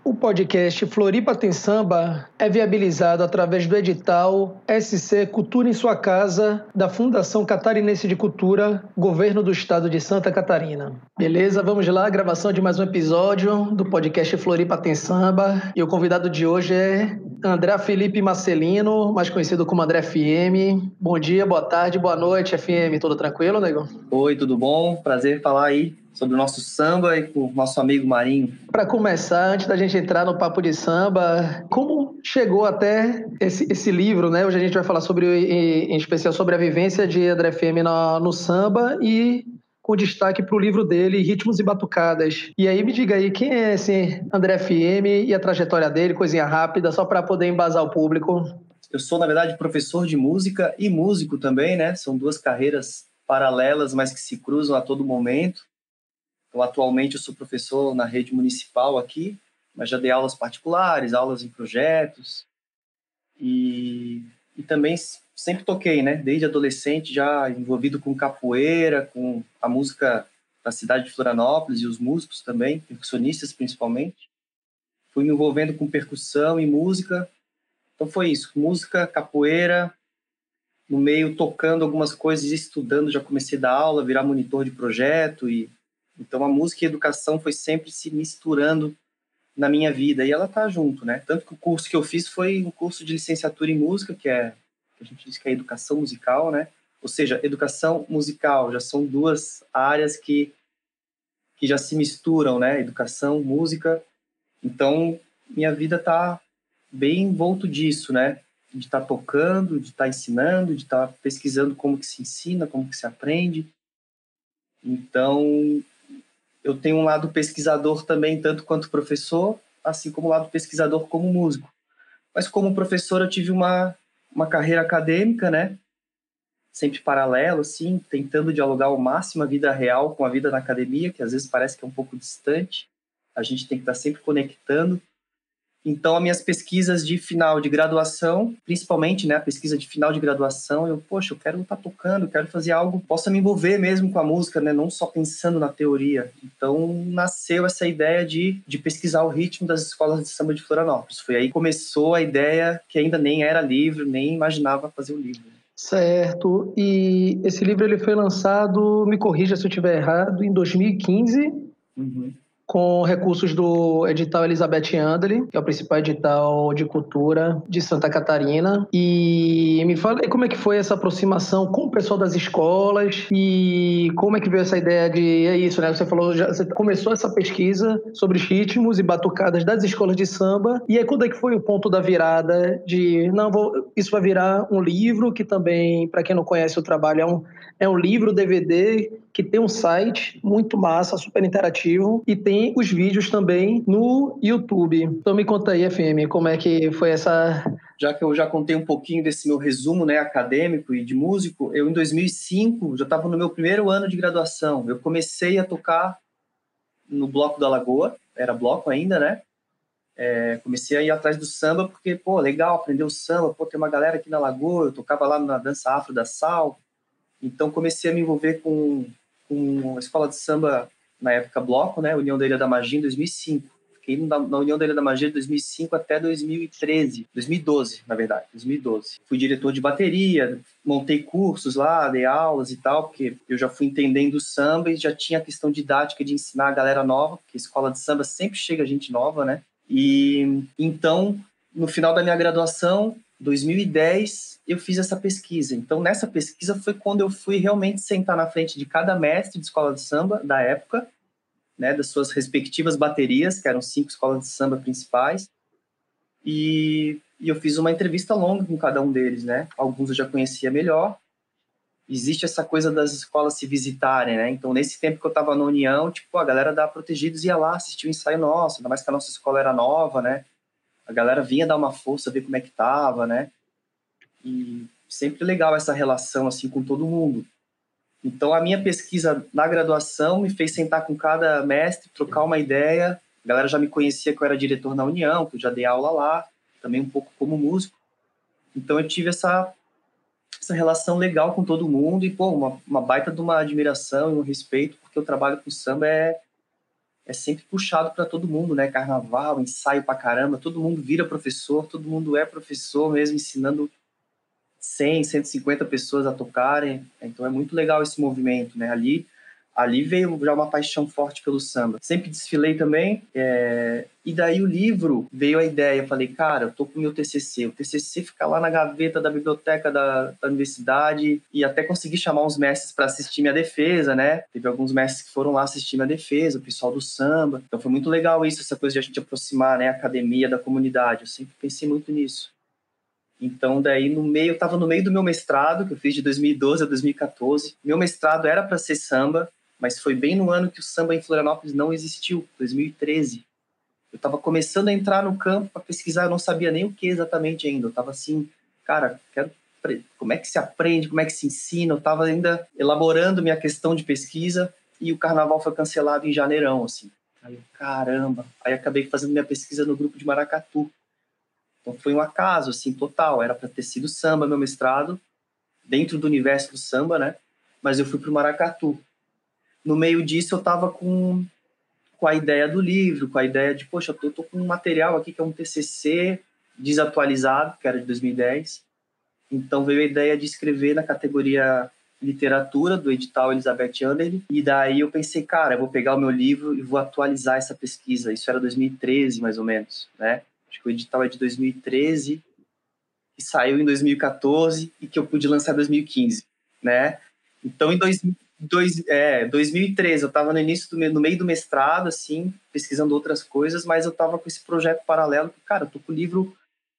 O podcast Floripa Tem Samba é viabilizado através do edital SC Cultura em Sua Casa, da Fundação Catarinense de Cultura, Governo do Estado de Santa Catarina. Beleza? Vamos lá, gravação de mais um episódio do podcast Floripa Tem Samba. E o convidado de hoje é André Felipe Marcelino, mais conhecido como André FM. Bom dia, boa tarde, boa noite, FM. Tudo tranquilo, nego? Oi, tudo bom? Prazer falar aí sobre o nosso samba e com o nosso amigo Marinho. Para começar, antes da gente entrar no papo de samba, como chegou até esse livro, né? Hoje a gente vai falar em especial sobre a vivência de André FM no samba e com destaque para o livro dele, Ritmos e Batucadas. E aí me diga aí, quem é esse André FM e a trajetória dele, coisinha rápida, só para poder embasar o público. Eu sou, na verdade, professor de música e músico também, né? São duas carreiras paralelas, mas que se cruzam a todo momento. Então, atualmente, eu sou professor na rede municipal aqui, mas já dei aulas particulares, aulas em projetos. E também sempre toquei, né? Desde adolescente, já envolvido com capoeira, com a música da cidade de Florianópolis e os músicos também, percussionistas principalmente. Fui me envolvendo com percussão e música. Então foi isso, música, capoeira, no meio tocando algumas coisas, estudando, já comecei a dar aula, virar monitor de projeto. Então a música e a educação foi sempre se misturando na minha vida, e ela tá junto, né? Tanto que o curso que eu fiz foi um curso de licenciatura em música, que a gente diz que é educação musical, né? Ou seja, educação musical, já são duas áreas que já se misturam, né? Educação, música. Então, minha vida tá bem envolto disso, né? De estar tocando, de estar ensinando, de estar pesquisando como que se ensina, como que se aprende. Então, eu tenho um lado pesquisador também, tanto quanto professor, assim como um lado pesquisador como músico. Mas como professor eu tive uma carreira acadêmica, né? Sempre paralelo, assim, tentando dialogar ao máximo a vida real com a vida na academia, que às vezes parece que é um pouco distante. A gente tem que estar sempre conectando. Então, as minhas pesquisas de final de graduação, principalmente, né, a pesquisa de final de graduação, eu quero estar tocando, quero fazer algo que possa me envolver mesmo com a música, né, não só pensando na teoria. Então, nasceu essa ideia de pesquisar o ritmo das escolas de samba de Florianópolis. Foi aí que começou a ideia, que ainda nem era livro, nem imaginava fazer o livro. Certo. E esse livro ele foi lançado, me corrija se eu estiver errado, em 2015. Uhum. Com recursos do edital Elizabeth André, que é o principal edital de cultura de Santa Catarina. E me fala aí como é que foi essa aproximação com o pessoal das escolas e como é que veio essa ideia de... É isso, né? Você falou, você começou essa pesquisa sobre os ritmos e batucadas das escolas de samba. E aí quando é que foi o ponto da virada de... Isso vai virar um livro que também, para quem não conhece o trabalho, é um livro DVD que tem um site muito massa, super interativo, e tem os vídeos também no YouTube. Então me conta aí, FM, como é que foi essa... Já que eu já contei um pouquinho desse meu resumo, né, acadêmico e de músico, eu em 2005 já estava no meu primeiro ano de graduação. Eu comecei a tocar no Bloco da Lagoa, era bloco ainda, né? Comecei a ir atrás do samba porque, legal, aprender o samba, tem uma galera aqui na Lagoa, eu tocava lá na dança afro da Sal. Então comecei a me envolver com a escola de samba na época bloco, né, União da Ilha da Magia, em 2005. Fiquei na União da Ilha da Magia de 2005 até 2012, na verdade, 2012. Fui diretor de bateria, montei cursos lá, dei aulas e tal, porque eu já fui entendendo o samba e já tinha a questão didática de ensinar a galera nova, porque a escola de samba sempre chega gente nova, né? E então, no final da minha graduação, 2010, eu fiz essa pesquisa. Então, nessa pesquisa foi quando eu fui realmente sentar na frente de cada mestre de escola de samba da época, né, das suas respectivas baterias, que eram 5 escolas de samba principais, e eu fiz uma entrevista longa com cada um deles, né? Alguns eu já conhecia melhor. Existe essa coisa das escolas se visitarem, né? Então, nesse tempo que eu estava na União, a galera da Protegidos ia lá assistir o ensaio nosso, ainda mais que a nossa escola era nova, né? A galera vinha dar uma força, ver como é que tava, né? E sempre legal essa relação, assim, com todo mundo. Então, a minha pesquisa na graduação me fez sentar com cada mestre, trocar uma ideia. A galera já me conhecia que eu era diretor na União, que eu já dei aula lá, também um pouco como músico. Então, eu tive essa relação legal com todo mundo e, uma baita de uma admiração e um respeito, porque o trabalho com samba é sempre puxado para todo mundo, né? Carnaval, ensaio pra caramba, todo mundo vira professor, todo mundo é professor mesmo, ensinando 100, 150 pessoas a tocarem. Então é muito legal esse movimento, né? Ali veio já uma paixão forte pelo samba. Sempre desfilei também, e daí o livro veio a ideia. Eu falei, cara, eu tô com o meu TCC. O TCC fica lá na gaveta da biblioteca da universidade, e até consegui chamar uns mestres para assistir minha defesa, né? Teve alguns mestres que foram lá assistir minha defesa, o pessoal do samba. Então foi muito legal isso, essa coisa de a gente aproximar, né, a academia da comunidade. Eu sempre pensei muito nisso. Então, daí, eu estava no meio do meu mestrado, que eu fiz de 2012 a 2014. Meu mestrado era para ser samba, mas foi bem no ano que o samba em Florianópolis não existiu, 2013. Eu estava começando a entrar no campo para pesquisar, eu não sabia nem o que exatamente ainda. Eu estava assim, cara, como é que se aprende, como é que se ensina? Eu estava ainda elaborando minha questão de pesquisa e o carnaval foi cancelado em janeirão, assim. Aí eu, caramba. Aí acabei fazendo minha pesquisa no grupo de Maracatu. Então foi um acaso, assim, total. Era para ter sido samba, meu mestrado, dentro do universo do samba, né? Mas eu fui para o Maracatu. No meio disso, eu estava com a ideia do livro, com a ideia de, poxa, eu tô com um material aqui que é um TCC desatualizado, que era de 2010. Então veio a ideia de escrever na categoria literatura do edital Elizabeth Anderle. E daí eu pensei, cara, eu vou pegar o meu livro e vou atualizar essa pesquisa. Isso era 2013, mais ou menos, né? Acho que o edital é de 2013, que saiu em 2014 e que eu pude lançar em 2015, né? Então, em 2013, eu estava no início, no meio do mestrado, assim, pesquisando outras coisas, mas eu estava com esse projeto paralelo, que, cara, eu tô com o livro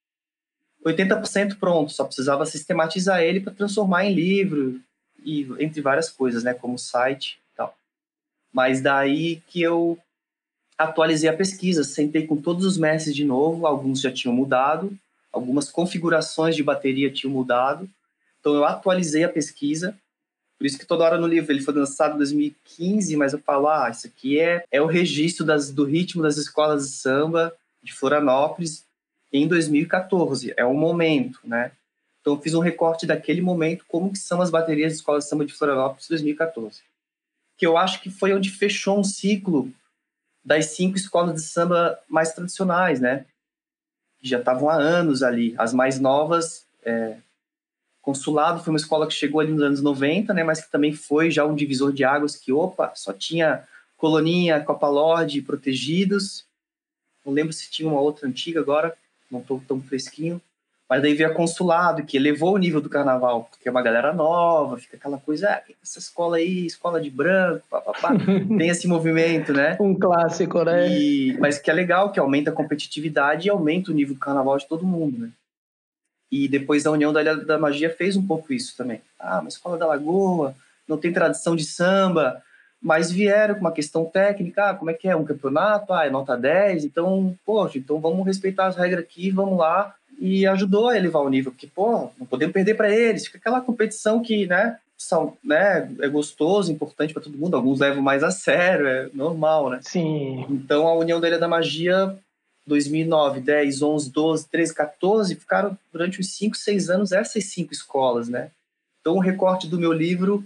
80% pronto, só precisava sistematizar ele para transformar em livro, e entre várias coisas, né, como site e tal. Mas daí que eu atualizei a pesquisa, sentei com todos os mestres de novo, alguns já tinham mudado, algumas configurações de bateria tinham mudado, então eu atualizei a pesquisa, por isso que toda hora no livro, ele foi lançado em 2015, mas eu falo, isso aqui é o registro do ritmo das escolas de samba de Florianópolis em 2014, é um momento, né? Então eu fiz um recorte daquele momento, como que são as baterias de escolas de samba de Florianópolis em 2014, que eu acho que foi onde fechou um ciclo das 5 escolas de samba mais tradicionais, né? Que já estavam há anos ali. As mais novas, Consulado foi uma escola que chegou ali nos anos 90, né? Mas que também foi já um divisor de águas que, só tinha Coloninha, Copa Lorde protegidos. Não lembro se tinha uma outra antiga agora, não estou tão fresquinho. Mas daí veio a Consulado, que elevou o nível do carnaval, porque é uma galera nova, fica aquela coisa, essa escola aí, escola de branco, papapá. Tem esse movimento, né? Um clássico, né? Mas que é legal, que aumenta a competitividade e aumenta o nível do carnaval de todo mundo, né? E depois a União da Ilha da Magia fez um pouco isso também. Mas Escola da Lagoa, não tem tradição de samba, mas vieram com uma questão técnica, como é que é um campeonato? É nota 10, então, poxa, então vamos respeitar as regras aqui, vamos lá. E ajudou a elevar o nível, porque, não podemos perder para eles. Fica aquela competição que, né, é gostoso, importante para todo mundo. Alguns levam mais a sério, é normal, né? Sim. Então, a União da Ilha da Magia, 2009, 10, 11, 12, 13, 14, ficaram durante os 5, 6 anos essas 5 escolas, né? Então, o recorte do meu livro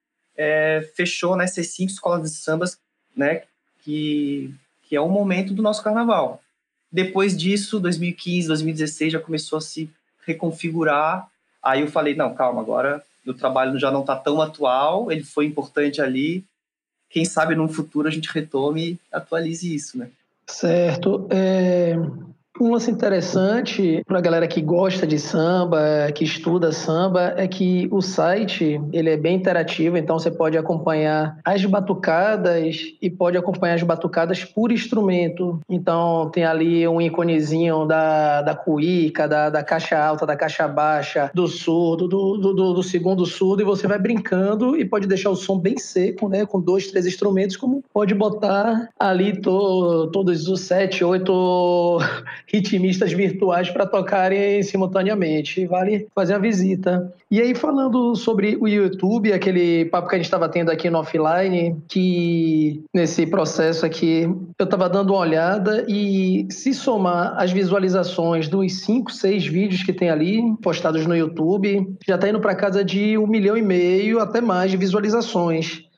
fechou nessas 5 escolas de sambas, né? Que é o momento do nosso carnaval. Depois disso, 2015, 2016, já começou a se reconfigurar. Aí eu falei, não, calma, agora o trabalho já não está tão atual, ele foi importante ali. Quem sabe num futuro a gente retome e atualize isso, né? Certo. Um lance interessante para a galera que gosta de samba, que estuda samba, é que o site ele é bem interativo, então você pode acompanhar as batucadas e pode acompanhar as batucadas por instrumento. Então tem ali um íconezinho da cuíca, da caixa alta, da caixa baixa, do surdo, do segundo surdo, e você vai brincando e pode deixar o som bem seco, né, com 2, 3 instrumentos, como pode botar ali todos os 7, 8 ritmistas virtuais para tocarem simultaneamente. Vale fazer a visita. E aí, falando sobre o YouTube, aquele papo que a gente estava tendo aqui no offline, que nesse processo aqui eu estava dando uma olhada e se somar as visualizações dos 5, 6 vídeos que tem ali postados no YouTube, já está indo para casa de 1,5 milhão, até mais de visualizações.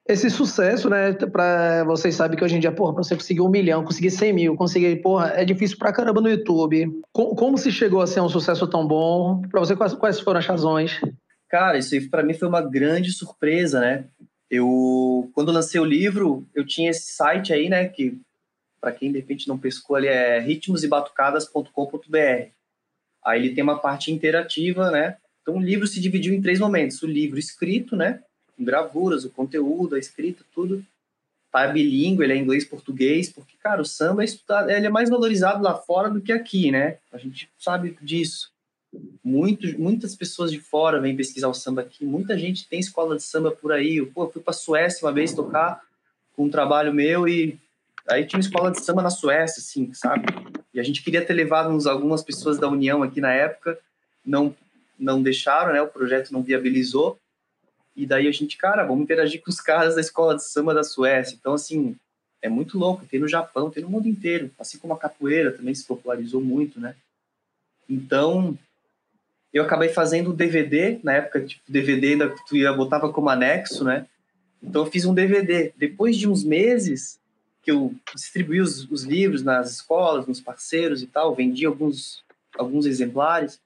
Esse sucesso, né, pra vocês sabem que hoje em dia, porra, pra você conseguir 1 milhão, conseguir 100 mil, conseguir, porra, é difícil pra caramba no YouTube. Como se chegou a ser um sucesso tão bom? Pra você, quais foram as razões? Cara, isso aí para mim foi uma grande surpresa, né? Quando lancei o livro, eu tinha esse site aí, né, que para quem de repente não pescou ali é ritmosebatucadas.com.br. Aí ele tem uma parte interativa, né? Então o livro se dividiu em 3 momentos: o livro escrito, né, com gravuras, o conteúdo, a escrita, tudo. Tá bilíngue, ele é inglês e português, porque, cara, o samba é estudado, ele é mais valorizado lá fora do que aqui, né? A gente sabe disso. Muitas pessoas de fora vêm pesquisar o samba aqui, muita gente tem escola de samba por aí. Eu fui para a Suécia uma vez tocar com um trabalho meu e aí tinha uma escola de samba na Suécia, assim, sabe? E a gente queria ter levado algumas pessoas da União aqui na época, não, não deixaram, né? O projeto não viabilizou. E daí a gente, cara, vamos interagir com os caras da escola de samba da Suécia. Então, assim, é muito louco. Tem no Japão, tem no mundo inteiro. Assim como a capoeira também se popularizou muito, né? Então, eu acabei fazendo um DVD, na época, tipo, DVD ainda tu botava como anexo, né? Então eu fiz um DVD. Depois de uns meses que eu distribuí os livros nas escolas, nos parceiros e tal, vendi alguns exemplares,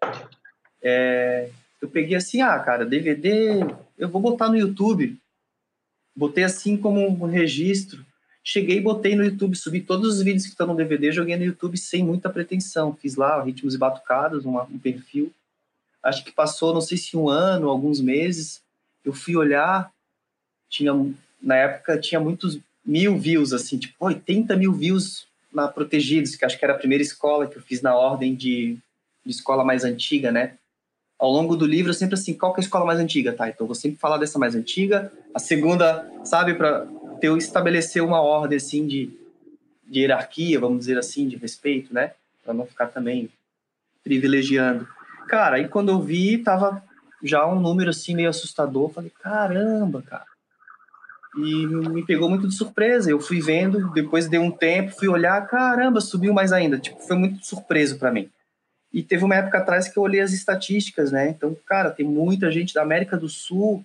eu peguei assim, cara, DVD, eu vou botar no YouTube. Botei assim como um registro. Cheguei e botei no YouTube, subi todos os vídeos que estão no DVD, joguei no YouTube sem muita pretensão. Fiz lá Ritmos e Batucadas, um perfil. Acho que passou, não sei se 1 ano, alguns meses, eu fui olhar, na época tinha muitos 1.000 views, assim, tipo 80 mil views na Protegidos, que acho que era a primeira escola que eu fiz na ordem de escola mais antiga, né? Ao longo do livro, eu sempre assim, qual que é a escola mais antiga? Tá, então eu vou sempre falar dessa mais antiga. A segunda, sabe, para eu estabelecer uma ordem, assim, de hierarquia, vamos dizer assim, de respeito, né? Para não ficar também privilegiando. Cara, aí quando eu vi, tava já um número assim meio assustador. Falei, caramba, cara. E me pegou muito de surpresa. Eu fui vendo, depois dei um tempo, fui olhar, caramba, subiu mais ainda. Tipo, foi muito surpreso para mim. E teve uma época atrás que eu olhei as estatísticas, né? Então, cara, tem muita gente da América do Sul,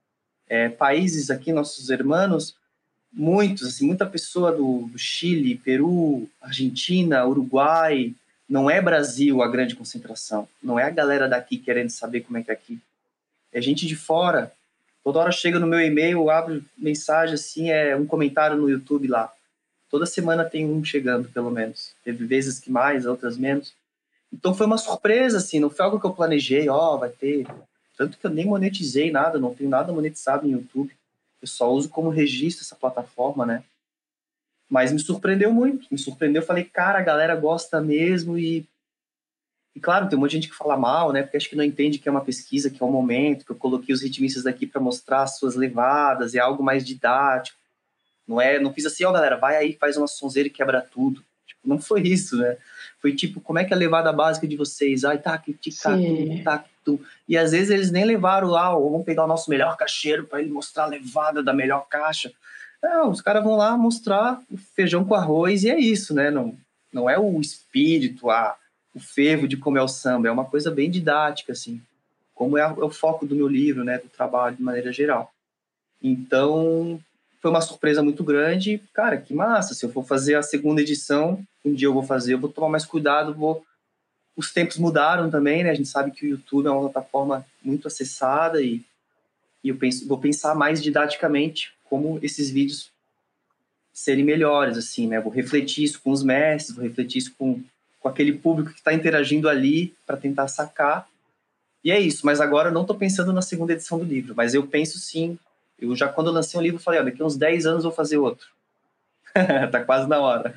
países aqui, nossos irmãos, muitos, assim, muita pessoa do Chile, Peru, Argentina, Uruguai. Não é Brasil a grande concentração. Não é a galera daqui querendo saber como é que é aqui. É gente de fora. Toda hora chega no meu e-mail, eu abro mensagem assim, um comentário no YouTube lá. Toda semana tem um chegando, pelo menos. Teve vezes que mais, outras menos. Então foi uma surpresa, assim, não foi algo que eu planejei, vai ter. Tanto que eu nem monetizei nada, não tenho nada monetizado no YouTube. Eu só uso como registro essa plataforma, né? Mas me surpreendeu muito, me surpreendeu. Eu falei, cara, a galera gosta mesmo e claro, tem um monte de gente que fala mal, né? Porque acho que não entende que é uma pesquisa, que é um momento, que eu coloquei os ritmistas daqui para mostrar as suas levadas, é algo mais didático. Não fiz assim, galera, vai aí, faz uma sonzeira e quebra tudo. Tipo, não foi isso, né? Foi tipo, como é que é a levada básica de vocês? Ai, tá, que tá, tu. E às vezes eles nem levaram lá, ou vamos pegar o nosso melhor cacheiro para ele mostrar a levada da melhor caixa. Não, os caras vão lá mostrar o feijão com arroz e é isso, né? Não é o espírito, o fervo de como é o samba, é uma coisa bem didática, assim, como é o foco do meu livro, né, do trabalho de maneira geral. Então, foi uma surpresa muito grande. Cara, que massa, se eu for fazer a segunda edição, um dia eu vou fazer, eu vou tomar mais cuidado, os tempos mudaram também, né, a gente sabe que o YouTube é uma plataforma muito acessada e vou pensar mais didaticamente como esses vídeos serem melhores, assim, né, vou refletir isso com os mestres, vou refletir isso com aquele público que está interagindo ali para tentar sacar. E é isso, mas agora eu não estou pensando na segunda edição do livro, mas eu penso sim. Eu já, quando eu lancei um livro, falei, daqui a uns 10 anos eu vou fazer outro. Tá quase na hora.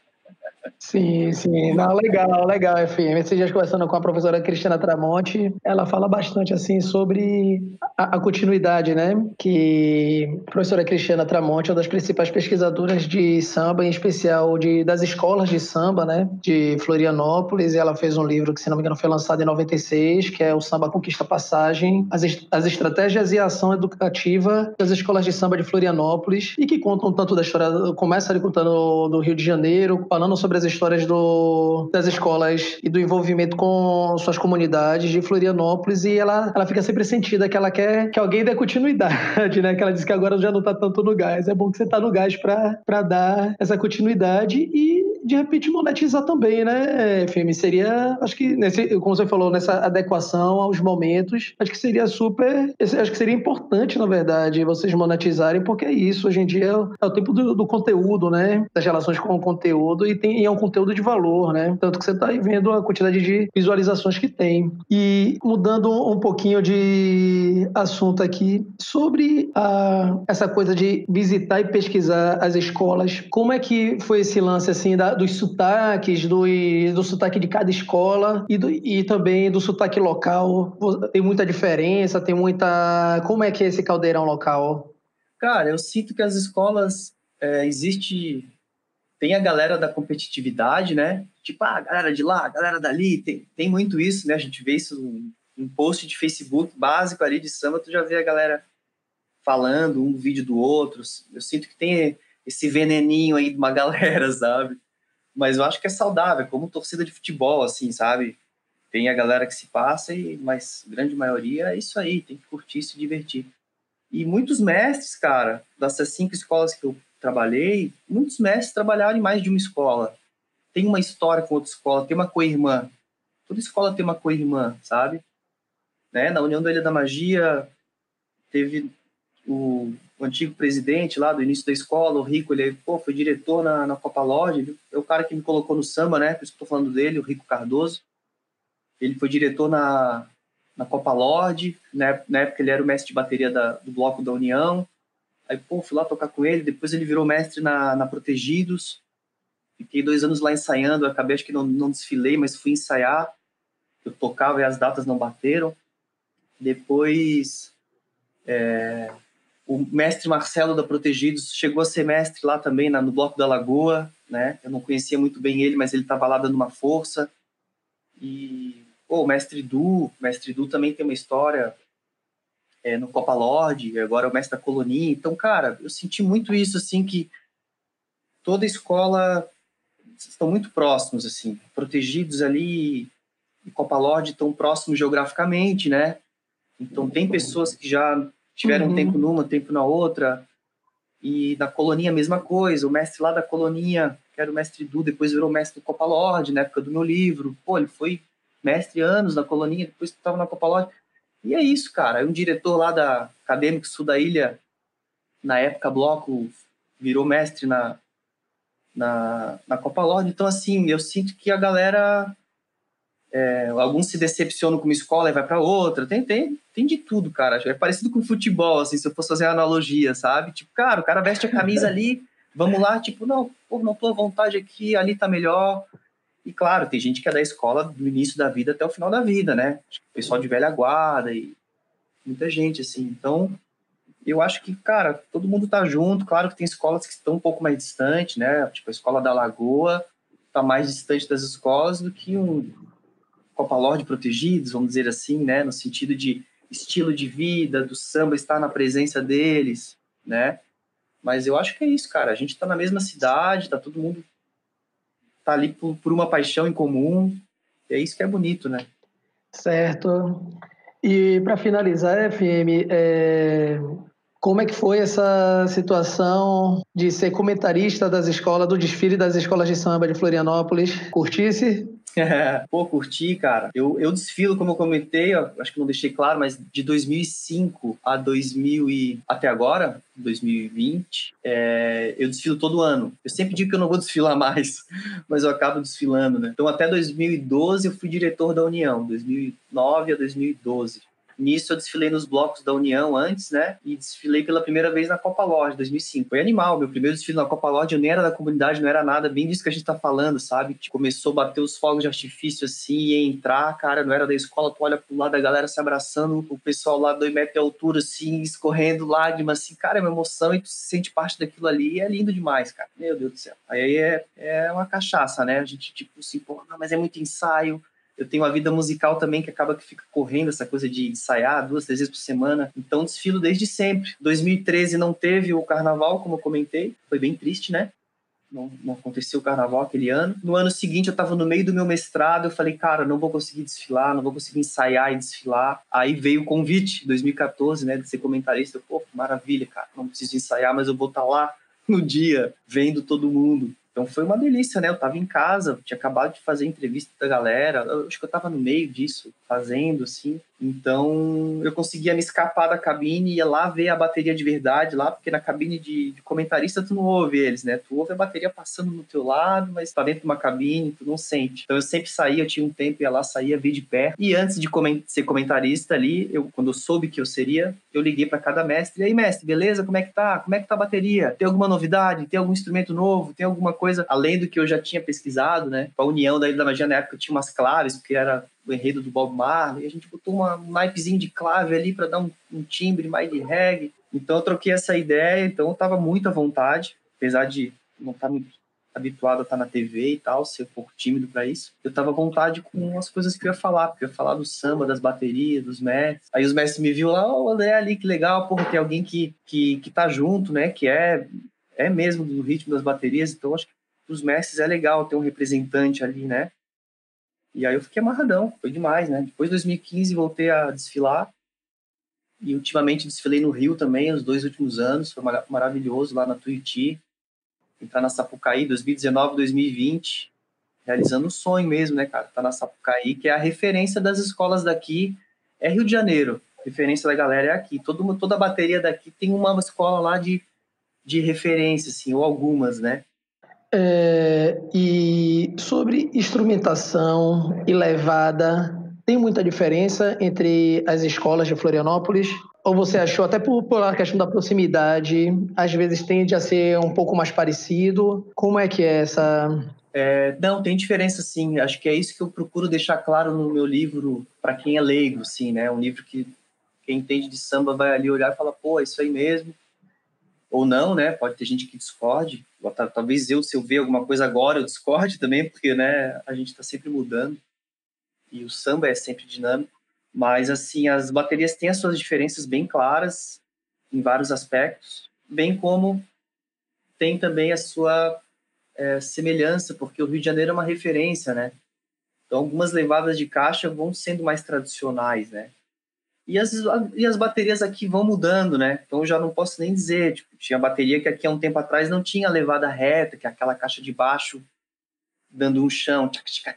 Sim, sim. Não, legal, legal, FM. Esses dias conversando com a professora Cristina Tramonte, ela fala bastante, assim, sobre a continuidade, né? Que a professora Cristina Tramonte é uma das principais pesquisadoras de samba, em especial das escolas de samba, né? De Florianópolis, e ela fez um livro que, se não me engano, foi lançado em 96, que é o Samba Conquista Passagem, as estratégias e a ação educativa das escolas de samba de Florianópolis, e que contam tanto da história, começa ali contando do Rio de Janeiro, falando sobre as histórias das escolas e do envolvimento com suas comunidades de Florianópolis, e ela fica sempre sentida que ela quer quer que alguém dê continuidade, né? Que ela disse que agora já não está tanto no gás. É bom que você está no gás para dar essa continuidade e, de repente, monetizar também, né, FM? Seria, acho que, como você falou, nessa adequação aos momentos, acho que seria acho que seria importante, na verdade, vocês monetizarem, porque é isso, hoje em dia é o tempo do conteúdo, né? Das relações com o conteúdo e é um conteúdo de valor, né? Tanto que você está aí vendo a quantidade de visualizações que tem. E mudando um pouquinho de assunto aqui, sobre essa coisa de visitar e pesquisar as escolas, como é que foi esse lance, assim, dos sotaques, do sotaque de cada escola e também do sotaque local? Tem muita diferença? Tem muita... Como é que é esse caldeirão local? Cara, eu sinto que as escolas tem a galera da competitividade, né? Tipo, a galera de lá, a galera dali, tem muito isso, né? A gente vê isso em post de Facebook básico ali de samba, tu já vê a galera falando um vídeo do outro. Eu sinto que tem esse veneninho aí de uma galera, sabe? Mas eu acho que é saudável, como torcida de futebol, assim, sabe? Tem a galera que se passa, mas a grande maioria é isso aí, tem que curtir, se divertir. E muitos mestres, cara, dessas 5 escolas que eu trabalhei, muitos mestres trabalharam em mais de uma escola. Tem uma história com outra escola, tem uma co-irmã. Toda escola tem uma co-irmã, sabe? Né? Na União da Ilha da Magia, teve o antigo presidente lá do início da escola, o Rico, ele foi diretor na Copa Lodge, é o cara que me colocou no samba, né? Por isso que eu tô falando dele, o Rico Cardoso. Ele foi diretor na Copa Lodge, né? Na época ele era o mestre de bateria do Bloco da União. Aí, fui lá tocar com ele, depois ele virou mestre na Protegidos. Fiquei 2 anos lá ensaiando, eu acabei, acho que não desfilei, mas fui ensaiar. Eu tocava e as datas não bateram. Depois, o mestre Marcelo da Protegidos chegou a ser mestre lá também, no Bloco da Lagoa, né? Eu não conhecia muito bem ele, mas ele estava lá dando uma força. E, o mestre Du também tem uma história no Copa Lorde, agora é o mestre da Colonia. Então, cara, eu senti muito isso, assim, que toda escola estão muito próximos, assim, protegidos ali, e Copa Lorde estão próximos geograficamente, né? Então, tem pessoas que já tiveram tempo numa, tempo na outra, e na Colonia a mesma coisa. O mestre lá da Colonia, que era o mestre Du, depois virou mestre do Copa Lorde, na época do meu livro. Ele foi mestre anos na Colonia, depois estava na Copa Lorde. E é isso, cara. Aí um diretor lá da Acadêmico Sul da Ilha, na época Bloco, virou mestre na Copa Lorde. Então, assim, eu sinto que a galera... alguns se decepcionam com uma escola e vai para outra. Tem de tudo, cara. É parecido com futebol, assim, se eu fosse fazer uma analogia, sabe? Tipo, cara, o cara veste a camisa ali, vamos lá, tipo, não tô à vontade aqui, ali tá melhor. E, claro, tem gente que é da escola do início da vida até o final da vida, né? Acho que o pessoal de velha guarda e muita gente, assim. Então, eu acho que, cara, todo mundo tá junto. Claro que tem escolas que estão um pouco mais distantes, né? Tipo, a escola da Lagoa tá mais distante das escolas do que Copa Lorde protegidos, vamos dizer assim, né? No sentido de estilo de vida, do samba estar na presença deles, né? Mas eu acho que é isso, cara. A gente tá na mesma cidade, tá todo mundo tá ali por uma paixão em comum. E é isso que é bonito, né? Certo. E para finalizar, FM, como é que foi essa situação de ser comentarista das escolas, do desfile das escolas de samba de Florianópolis? Curtisse? Curti, cara. Eu desfilo, como eu comentei, acho que não deixei claro, mas de 2005 a 2000 até agora, 2020, eu desfilo todo ano. Eu sempre digo que eu não vou desfilar mais, mas eu acabo desfilando, né? Então, até 2012 eu fui diretor da União, 2009 a 2012. Nisso eu desfilei nos blocos da União antes, né? E desfilei pela primeira vez na Copa Lorde, 2005. Foi animal, meu primeiro desfile na Copa Lorde, eu nem era da comunidade, não era nada, bem disso que a gente tá falando, sabe? Tipo, começou a bater os fogos de artifício assim, ia entrar, cara, não era da escola, tu olha pro lado da galera se abraçando, o pessoal lá 2 metros de altura, assim, escorrendo lágrimas, assim, cara, é uma emoção e tu se sente parte daquilo ali e é lindo demais, cara. Meu Deus do céu. Aí é uma cachaça, né? A gente, tipo, assim, pô, não, mas é muito ensaio. Eu tenho uma vida musical também que acaba que fica correndo essa coisa de ensaiar 2, 3 vezes por semana. Então, desfilo desde sempre. 2013 não teve o carnaval, como eu comentei. Foi bem triste, né? não aconteceu o carnaval aquele ano. No ano seguinte, eu estava no meio do meu mestrado, eu falei, cara, não vou conseguir desfilar, não vou conseguir ensaiar e desfilar. Aí veio o convite, 2014, né, de ser comentarista. Pô, maravilha, cara, não preciso ensaiar, mas eu vou estar lá no dia, vendo todo mundo. Então foi uma delícia, né? Eu tava em casa, tinha acabado de fazer entrevista da galera, eu acho que eu tava no meio disso, fazendo, assim. Então eu conseguia me escapar da cabine, ia lá ver a bateria de verdade lá, porque na cabine de comentarista tu não ouve eles, né? Tu ouve a bateria passando no teu lado, mas tá dentro de uma cabine, tu não sente. Então eu sempre saía, eu tinha um tempo, ia lá, saía, ver de perto. E antes de ser comentarista ali, quando eu soube que eu seria, eu liguei para cada mestre. E aí, mestre, beleza? Como é que tá? Como é que tá a bateria? Tem alguma novidade? Tem algum instrumento novo? Tem alguma coisa além do que eu já tinha pesquisado, né? A União da Ilha da Magia, na época, tinha umas claves, porque era o enredo do Bob Marley, e a gente botou um naipezinho de clave ali para dar um timbre mais de reggae. Então eu troquei essa ideia, então eu estava muito à vontade, apesar de não estar muito habituado a estar na TV e tal, ser um pouco tímido para isso. Eu estava à vontade com as coisas que eu ia falar, porque eu ia falar do samba, das baterias, dos mestres. Aí os mestres me viram lá, o André ali, que legal, porra, tem alguém que tá junto, né, que é mesmo do ritmo das baterias, então acho que os mestres é legal ter um representante ali, né? E aí eu fiquei amarradão, foi demais, né? Depois de 2015 voltei a desfilar e ultimamente desfilei no Rio também, os 2 últimos anos, foi maravilhoso lá na Tuiuti, entrar na Sapucaí 2019, 2020, realizando um sonho mesmo, né, cara? Tá na Sapucaí, que é a referência das escolas daqui, é Rio de Janeiro, a referência da galera é aqui, toda a bateria daqui tem uma escola lá de referência, assim, ou algumas, né? E sobre instrumentação e levada, tem muita diferença entre as escolas de Florianópolis? Ou você achou, até por a questão da proximidade, às vezes tende a ser um pouco mais parecido? Como é que é essa... Não, tem diferença sim. Acho que é isso que eu procuro deixar claro no meu livro para quem é leigo, assim, né? Um livro que quem entende de samba vai ali olhar e falar, pô, é isso aí mesmo. Ou não, né? Pode ter gente que discorde. Talvez se eu ver alguma coisa agora, eu discorde também, porque, né, a gente está sempre mudando e o samba é sempre dinâmico. Mas, assim, as baterias têm as suas diferenças bem claras em vários aspectos, bem como tem também a sua semelhança, porque o Rio de Janeiro é uma referência, né? Então, algumas levadas de caixa vão sendo mais tradicionais, né? E as baterias aqui vão mudando, né? Então, eu já não posso nem dizer. Tipo, tinha bateria que aqui há um tempo atrás não tinha levada reta, que é aquela caixa de baixo dando um chão,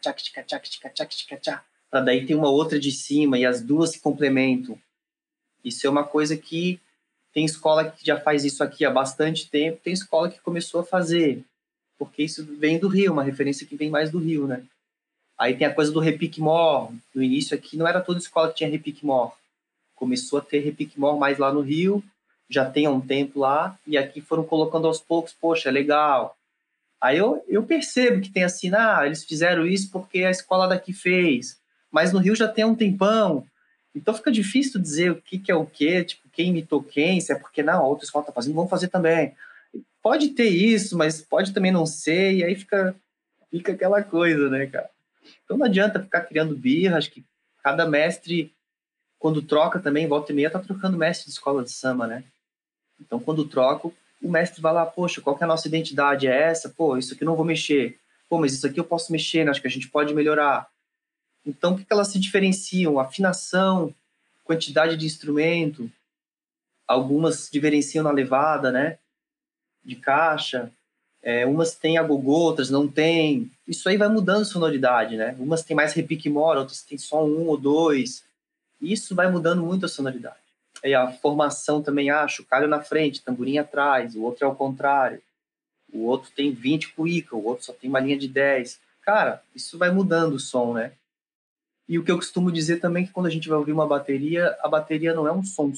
para daí tem uma outra de cima e as duas se complementam. Isso é uma coisa que tem escola que já faz isso aqui há bastante tempo, tem escola que começou a fazer, porque isso vem do Rio, uma referência que vem mais do Rio, né? Aí tem a coisa do repique-mor. No início aqui não era toda escola que tinha repique-mor. Começou a ter repique-mor mais lá no Rio, já tem há um tempo lá, e aqui foram colocando aos poucos, poxa, é legal. Aí eu percebo que tem assim, eles fizeram isso porque a escola daqui fez, mas no Rio já tem há um tempão. Então fica difícil dizer o que é o quê, tipo, quem imitou quem, se é porque não, a outra escola está fazendo, vamos fazer também. Pode ter isso, mas pode também não ser, e aí fica aquela coisa, né, cara? Então não adianta ficar criando birra, acho que cada mestre, quando troca também, volta e meia, tá trocando mestre de escola de samba, né? Então quando troca, o mestre vai lá, poxa, qual que é a nossa identidade? É essa? Pô, isso aqui eu não vou mexer. Pô, mas isso aqui eu posso mexer, né? Acho que a gente pode melhorar. Então, o que elas se diferenciam? Afinação, quantidade de instrumento, algumas diferenciam na levada, né? De caixa, umas têm agogô, outras não têm. Isso aí vai mudando a sonoridade, né? Umas têm mais repique-mora, outras têm só um ou dois. Isso vai mudando muito a sonoridade. Aí a formação também, chocalho na frente, tamborim atrás, o outro é ao contrário. O outro tem 20 cuíca, o outro só tem uma linha de 10. Cara, isso vai mudando o som, né? E o que eu costumo dizer também é que quando a gente vai ouvir uma bateria, a bateria não é um som.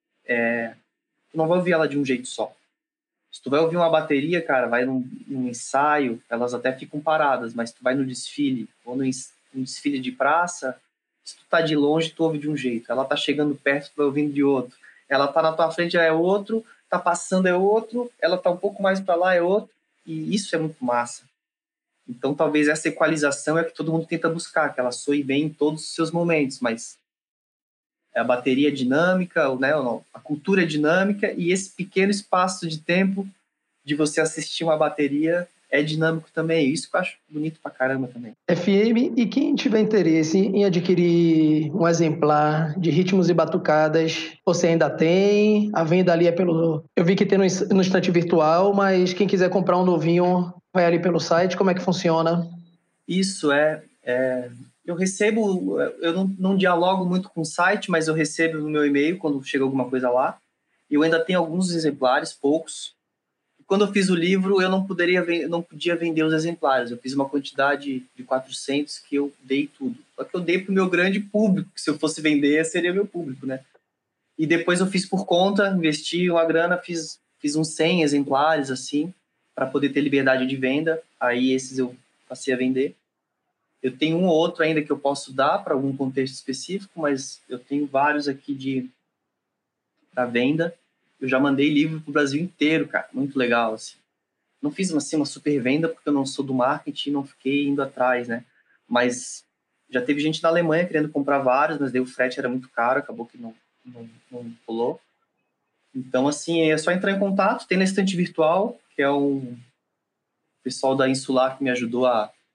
Tu não vai ouvir ela de um jeito só. Se tu vai ouvir uma bateria, cara, vai num ensaio, elas até ficam paradas, mas tu vai no desfile, ou num desfile de praça, se tu tá de longe, tu ouve de um jeito. Ela tá chegando perto, tu vai ouvindo de outro. Ela tá na tua frente, é outro, tá passando é outro, ela tá um pouco mais para lá, é outro. E isso é muito massa. Então, talvez essa equalização é que todo mundo tenta buscar, que ela soe bem em todos os seus momentos, mas a bateria é dinâmica, né, a cultura é dinâmica, e esse pequeno espaço de tempo de você assistir uma bateria é dinâmico também. Isso que eu acho bonito pra caramba também. FM, e quem tiver interesse em adquirir um exemplar de Ritmos e Batucadas, você ainda tem? A venda ali é pelo... Eu vi que tem no estante virtual, mas quem quiser comprar um novinho, vai ali pelo site. Como é que funciona? Isso eu recebo, eu não dialogo muito com o site, mas eu recebo no meu e-mail quando chega alguma coisa lá. Eu ainda tenho alguns exemplares, poucos. Quando eu fiz o livro, eu não podia vender os exemplares. Eu fiz uma quantidade de 400 que eu dei tudo. Só que eu dei para o meu grande público, que se eu fosse vender, seria meu público, né? E depois eu fiz por conta, investi uma grana, fiz uns 100 exemplares, assim, para poder ter liberdade de venda. Aí esses eu passei a vender. Eu tenho um ou outro ainda que eu posso dar para algum contexto específico, mas eu tenho vários aqui para venda. Eu já mandei livro para o Brasil inteiro, cara. Muito legal, assim. Não fiz assim, uma super venda, porque eu não sou do marketing, não fiquei indo atrás, né? Mas já teve gente na Alemanha querendo comprar vários, mas daí o frete era muito caro, acabou que não rolou. Então, assim, é só entrar em contato. Tem na estante virtual, que é o pessoal da Insular que me ajudou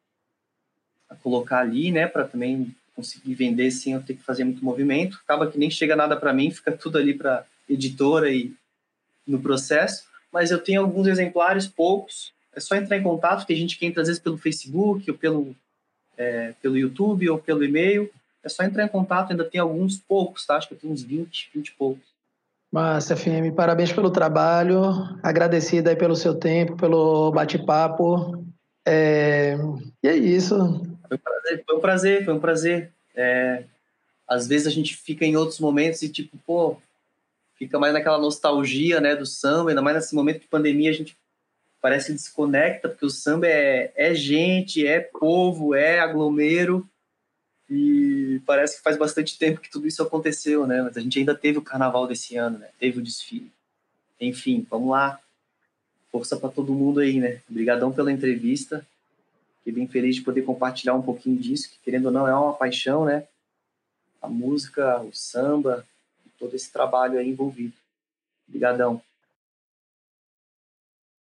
a colocar ali, né, para também conseguir vender sem eu ter que fazer muito movimento. Acaba que nem chega nada para mim, fica tudo ali para editora e no processo. Mas eu tenho alguns exemplares, poucos. É só entrar em contato. Tem gente que entra às vezes pelo Facebook, ou pelo YouTube, ou pelo e-mail. É só entrar em contato. Ainda tem alguns poucos, tá? Acho que eu tenho uns 20 e poucos. Massa, FM, parabéns pelo trabalho, agradecido aí pelo seu tempo, pelo bate-papo. E é isso. Foi um prazer. Às vezes a gente fica em outros momentos e tipo, pô, fica mais naquela nostalgia, né, do samba, ainda mais nesse momento de pandemia a gente parece que desconecta, porque o samba é gente, é povo, é aglomero, e parece que faz bastante tempo que tudo isso aconteceu, né? Mas a gente ainda teve o carnaval desse ano, né? Teve o desfile. Enfim, vamos lá. Força para todo mundo aí, né? Obrigadão pela entrevista. Fiquei bem feliz de poder compartilhar um pouquinho disso, que querendo ou não é uma paixão, né? A música, o samba, todo esse trabalho aí envolvido. Obrigadão.